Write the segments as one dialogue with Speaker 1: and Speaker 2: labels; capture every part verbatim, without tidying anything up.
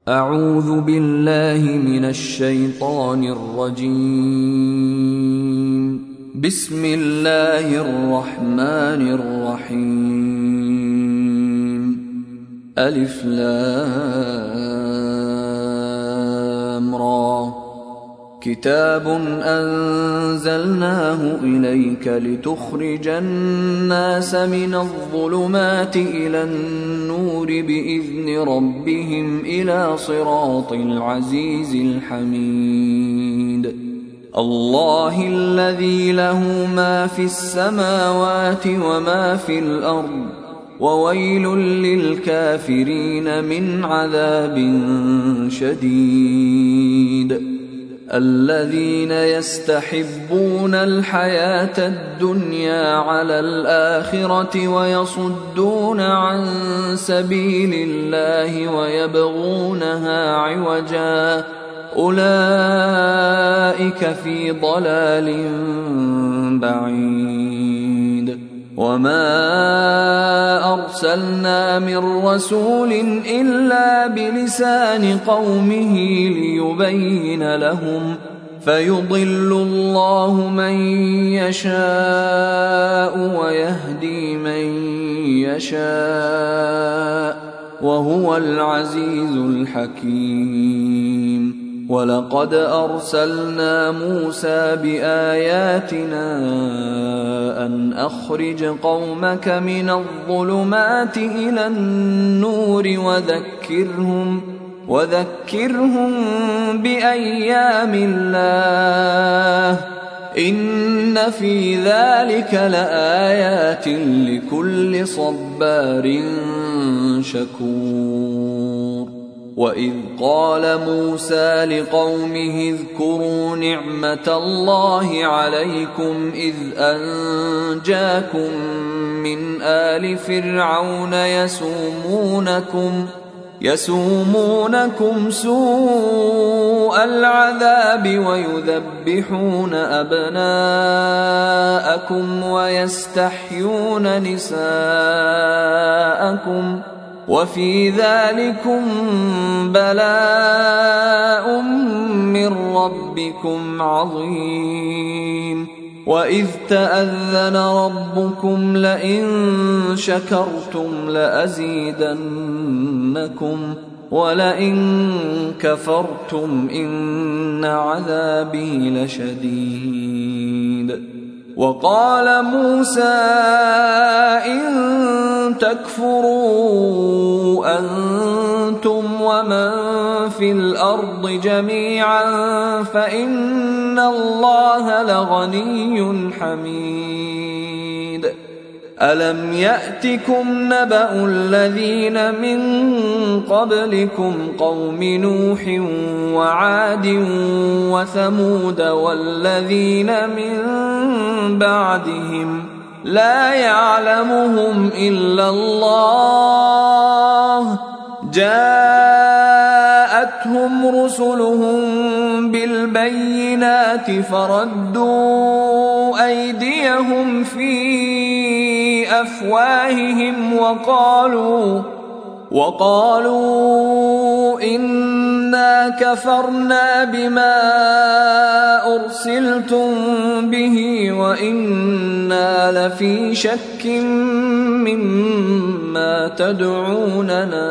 Speaker 1: أعوذ بالله من الشيطان الرجيم. بسم الله الرحمن الرحيم. ألف لام را. كتاب أنزلناه إليك لتخرج الناس من الظلمات إلى النور بإذن ربهم إلى صراط العزيز الحميد. الله الذي له ما في السماوات وما في الأرض، وويل للكافرين من عذاب شديد. الذين يستحبون الحياة الدنيا على الآخرة ويصدون عن سبيل الله ويبغونها عوجا، أولئك في ضلال بعيد. وما أرسلنا من رسول إلا بلسان قومه ليبين لهم، فيضل الله من يشاء ويهدي من يشاء، وهو العزيز الحكيم. ولقد أرسلنا موسى بآياتنا أن أخرج قومك من الظلمات إلى النور وذكرهم وذكرهم بأيام الله، إن في ذلك لآيات لكل صبار شكور. وإذ قال موسى لقومه اذكروا نعمة الله عليكم إذ أنجاكم من آل فرعون يسومونكم يسومونكم سوء العذاب ويذبحون أبناءكم ويستحيون نساءكم، وفي ذلكم بلاء من ربكم عظيم. وإذ تأذن ربكم لئن شكرتم لأزيدنكم ولئن كفرتم إن عذابي لشديد. وقال موسى إن تكفروا أنتم ومن في الأرض جميعا فإن الله لغني حميد. ألم يأتكم نبأ الذين من قبلكم قوم نوح وعاد وثمود والذين من بعدهم لا يعلمهم إلا الله، جاءتهم رسلهم بالبينات فردوا أيديهم في أفواههم وقالوا وقالوا إنا كفرنا بما أرسلتم به وإنا لفي شك مما تدعوننا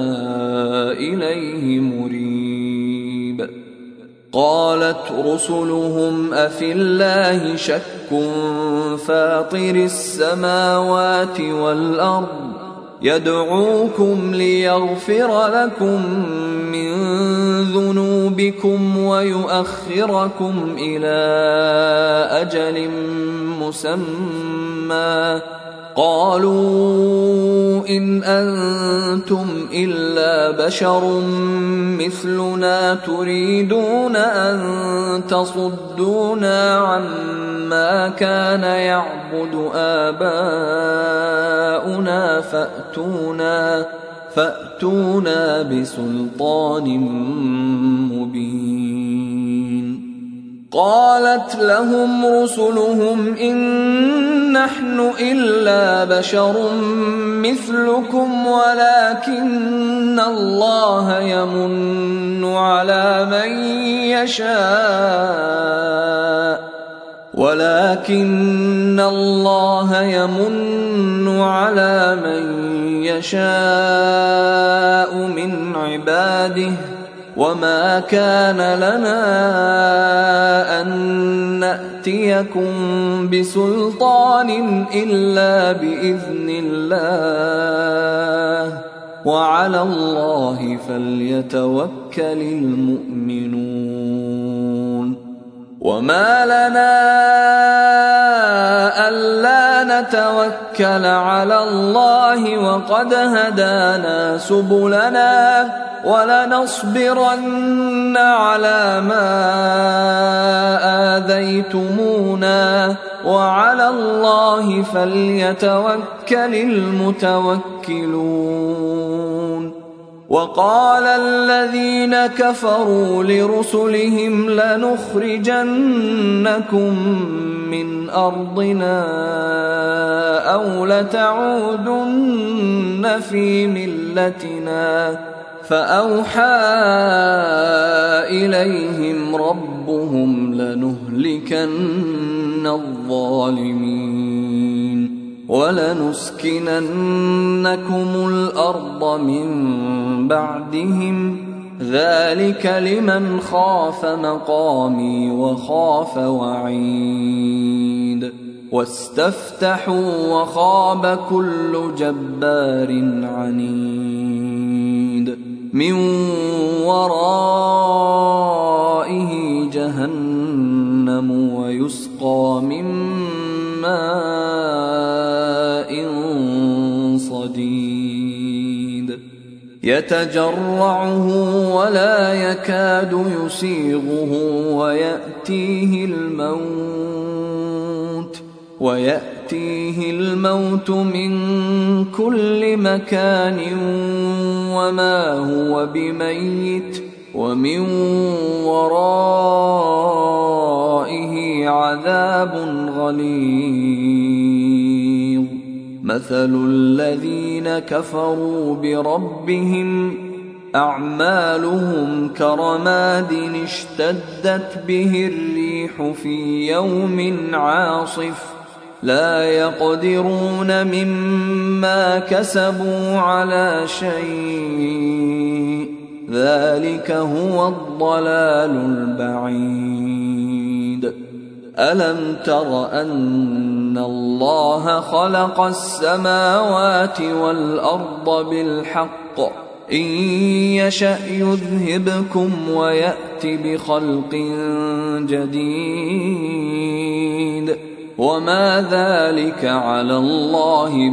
Speaker 1: إليه مريب. قالت رسلهم أفي الله شك فاطر السماوات والأرض يدعوكم ليغفر لكم من ذنوبكم ويؤخركم إلى أجل مسمى، قالوا إن أنتم إلا بشر مثلنا تريدون أن تصدونا عما كان يعبد آباؤنا فأتونا فأتونا بسلطان مبين. وقالت لهم رسلهم إن نحن إلا بشر مثلكم ولكن الله يمن على من يشاء ولكن الله يمن على من يشاء من عباده وما كان لنا أن نأتيكم بسلطان إلا بإذن الله وعلى الله فليتوكل المؤمنون وما لنا ألا نتوكل على الله وقد هدانا سبلنا ولنصبرن على ما آذيتمونا وعلى الله فليتوكل المتوكلون وقال الذين كفروا لرسلهم لنخرجنكم من أرضنا أو لتعودن في ملتنا فأوحى إليهم ربهم لنهلكن الظالمين ولنسكننكم الأرض من بعدهم ذلك لمن خاف مقامي وخاف وعيد واستفتحوا وخاب كل جبار عنيد من ورائه جهنم ويسقى من ماء صديد يتجرعه ولا يكاد يسيغه ويأتيه الموت ويأتيه الموت من كل مكان وما هو بميت ومن ورائه عذاب غليظ مثل الذين كفروا بربهم أعمالهم كرماد اشتدت به الريح في يوم عاصف لا يقدرون مما كسبوا على شيء ذلك هو الضلال البعيد ألم تر أن الله خلق السماوات والأرض بالحق إن يشأ يذهبكم ويأت بخلق جديد وما ذلك على الله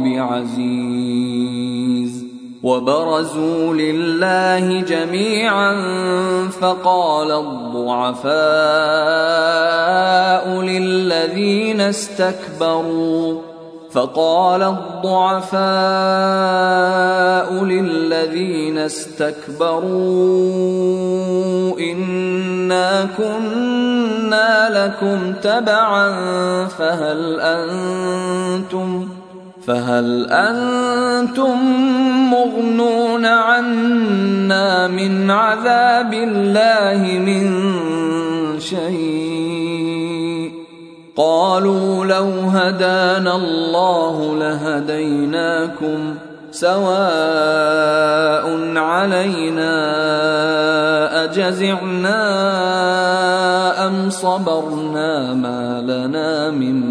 Speaker 1: بعزيز وبرزوا لله جميعا فقال الضعفاء للذين استكبروا فقال الضعفاء للذين استكبروا إنا كنا لكم تبعا فهل أنتم فهل أنتم مغنون عنا من عذاب الله من شيء قالوا لو هدانا الله لهديناكم سواء علينا أجزعنا أم صبرنا ما لنا من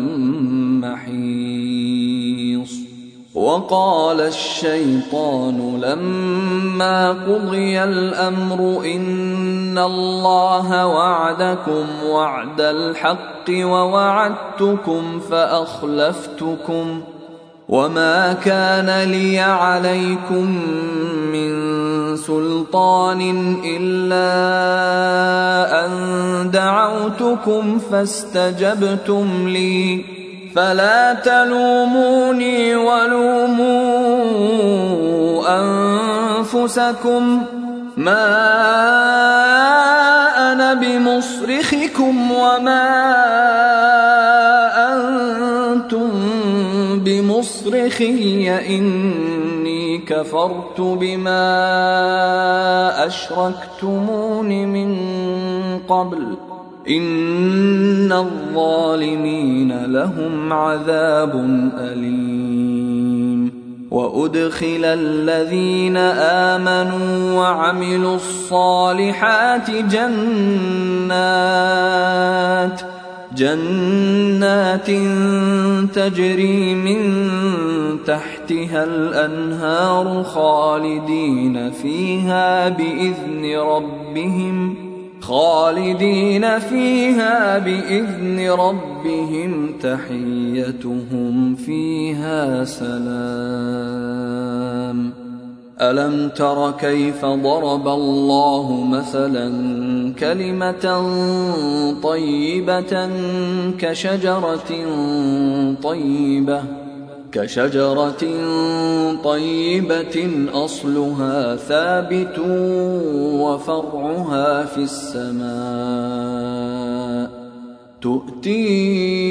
Speaker 1: محيص وقال الشيطان لما قضي الأمر إن الله وعدكم وعد الحق ووعدتكم فأخلفتكم وما كان لي عليكم من سلطان إلا أن دعوتكم فاستجبتم لي فلا تلوموني ولوموا أنفسكم ما أنا بمصرخكم وما أنتم بمصرخي إني كفرت بما أشركتمون من قبل إن الظالمين لهم عذاب أليم. وأدخل الذين آمنوا وعملوا الصالحات جنات جنات تجري من تحتها الأنهار خالدين فيها بإذن ربهم خالدين فيها بإذن ربهم تحيتهم فيها سلام. ألم تر كيف ضرب الله مثلا كلمة طيبة كشجرة طيبة كشجرة طيبة أصلها ثابت وفرعها في السماء تؤتي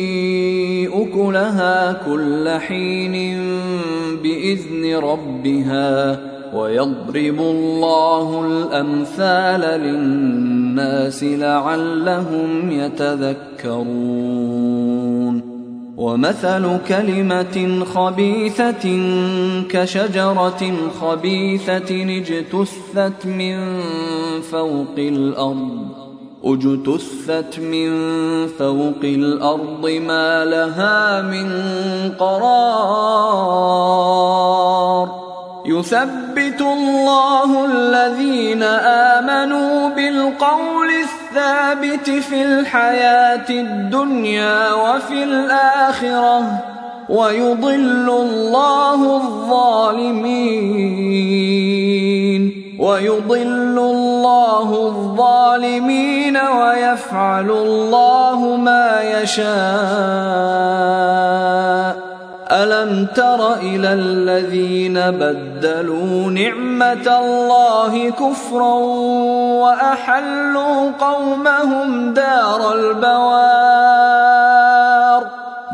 Speaker 1: أكلها كل حين بإذن ربها ويضرب الله الأمثال للناس لعلهم يتذكرون. ومثل كلمة خبيثة كشجرة خبيثة اجتثت من فوق الأرض اجتثت من فوق الأرض ما لها من قرار. يثبت الله الذين آمنوا بالقول الثابت في الحياة الدنيا وفي الآخرة ويضل الله الظالمين ويضل الله الظالمين ويفعل الله ما يشاء. ألم تر إلى الذين بدلوا نعمة الله كفرا وأحلوا قومهم دار البوار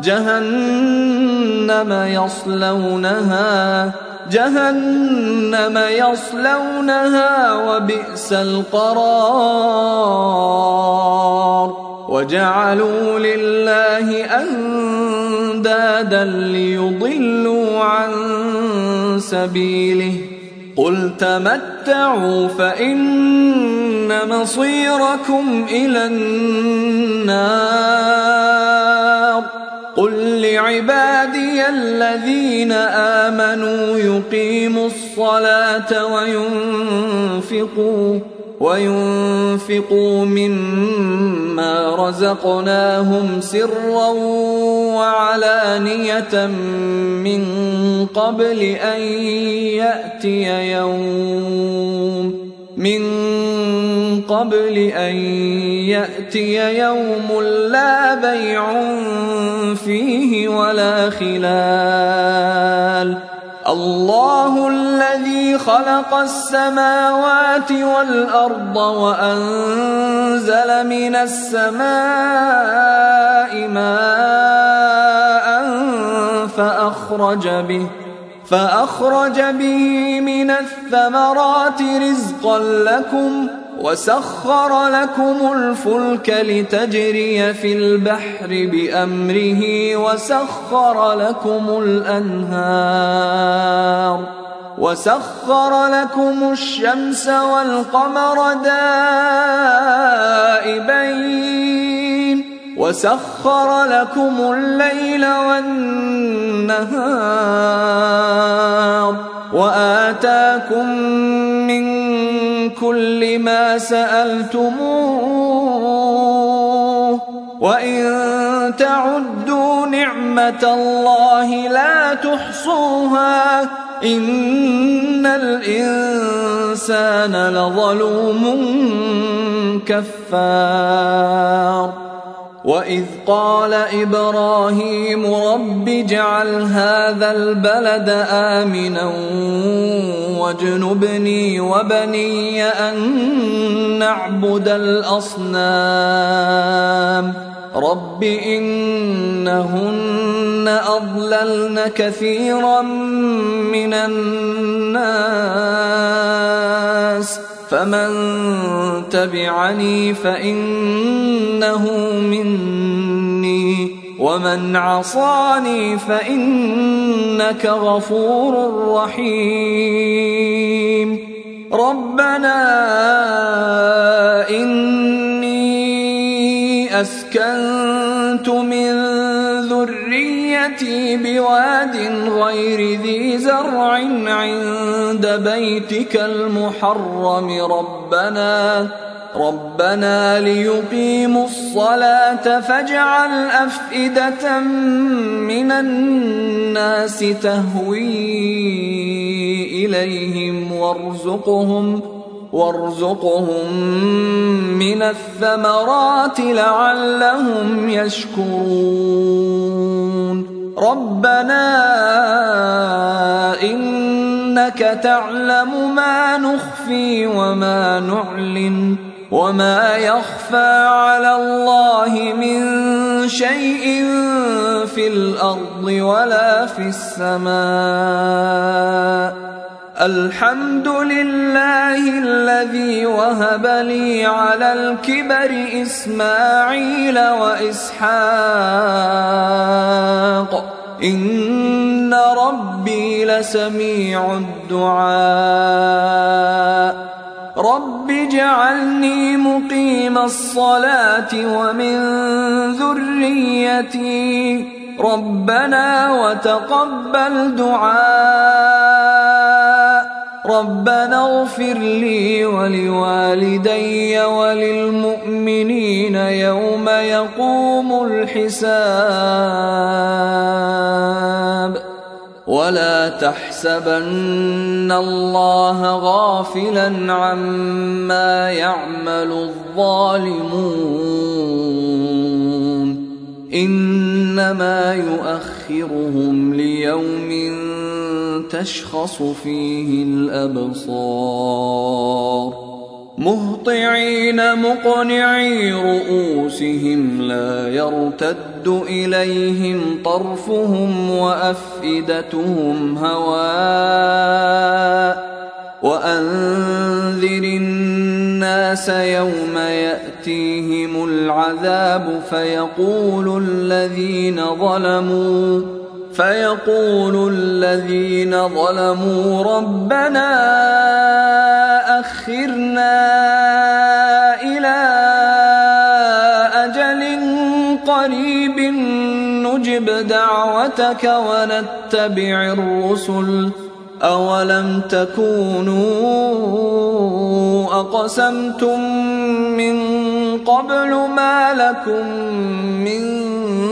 Speaker 1: جهنم يصلونها جهنم يصلونها وبئس القرار. وجعلوا لله أندادا ليضلوا عن سبيله قل تمتعوا فإن مصيركم إلى النار. قل لعبادي الذين آمنوا يقيموا الصلاة وينفقوا وينفقوا مما رزقناهم سرا وعلانية من قبل أن يأتي يوم من قبل أن يأتي يوم لا بيع فيه ولا خلال. الله الذي خلق السماوات والأرض وأنزل من السماء ماء فأخرج به فأخرج به من الثمرات رزقا لكم وسخر لكم الفلك لتجري في البحر بأمره وسخر لكم الأنهار وسخر لكم الشمس والقمر دائبين وسخر لكم الليل والنهار وآتاكم من كل ما سألتموه وإن تعدوا نعمة الله لا تحصوها إن الإنسان لظلوم كفار. وإذ قال إبراهيم رب اجعل هذا البلد آمنا واجنبني وبني أن نعبد الأصنام رب إنهن أضللن كثيرا من الناس فمن تبعني فإنه مني ومن عصاني فإنك غفور رحيم ربنا إني أسكنت من ذريتي بواد غير ذي زرع عند بيتك المحرم ربنا ربنا ليقيموا الصلاة فاجعل أفئدة من الناس تهوي إليهم وارزقهم وارزقهم من الثمرات لعلهم يشكرون ربنا إنك تعلم ما نخفي وما نعلن وما يخفى على الله من شيء في الأرض ولا في السماء الحمد لله الذي وهب لي على الكبر إسماعيل وإسحاق إن ربي لسميع الدعاء رب اجعلني مقيم الصلاة ومن ذريتي ربنا وتقبل دعاء ربنا اغفر لي ولوالدي وللمؤمنين يوم يقوم الحساب ولا تحسبن الله غافلا عما يعمل الظالمون إنما يؤخرهم ليوم تشخص فيه الأبصار مهطعين مقنعي رؤوسهم لا يرتد إليهم طرفهم وأفئدتهم هواء وأنذر الناس يوم يأتيهم العذاب فيقول الذين ظلموا فيقول الذين ظلموا ربنا أخرنا إلى أجل قريب نجب دعوتك ونتبع الرسل أولم تكونوا أقسمتم من قبل ما لكم من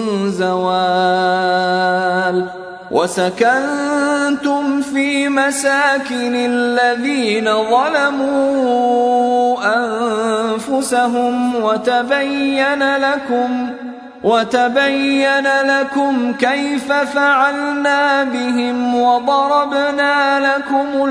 Speaker 1: زوال وسكنتم في مساكن الذين ظلموا أنفسهم وتبين لكم وتبين لكم كيف فعلنا بهم وضربنا لكم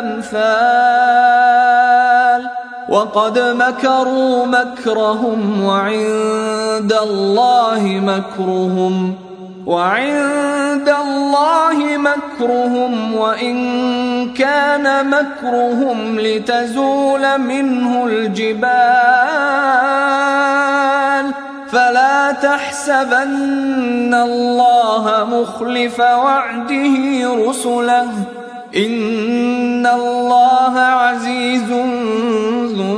Speaker 1: الأمثال وقد مكروا مكرهم وعند الله مكرهم وعند الله مكرهم وإن كان مكرهم لتزول منه الجبال فلا تحسبن الله مخلف وعده رسله إن الله عزيز ذو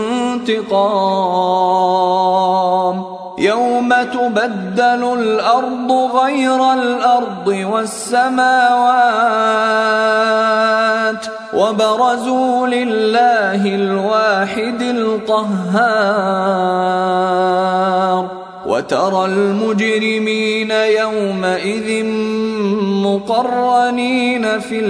Speaker 1: انتقام يوم تبدل الأرض غير الأرض والسماوات وبرزوا لله الواحد القهار وترى المجرمين يومئذ مقرنين في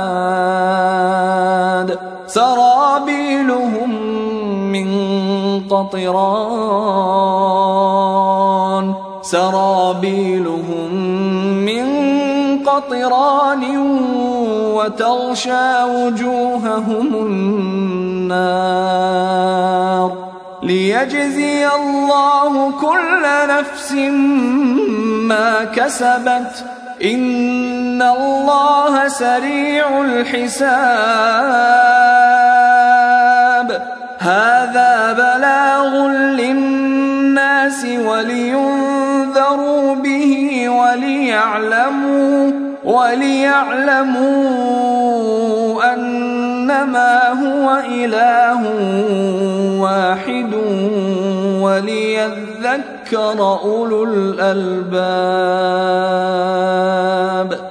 Speaker 1: الأصفاد سرابيلهم من قطران سرابيلهم من قطران وتغشى وجوههم النار ليجزي الله كل نفس ما كسبت إن الله سريع الحساب هذا بلاغ للناس ولينذروا به وليعلموا وليعلموا أنما هو إله واحد وليذكر أولو الألباب.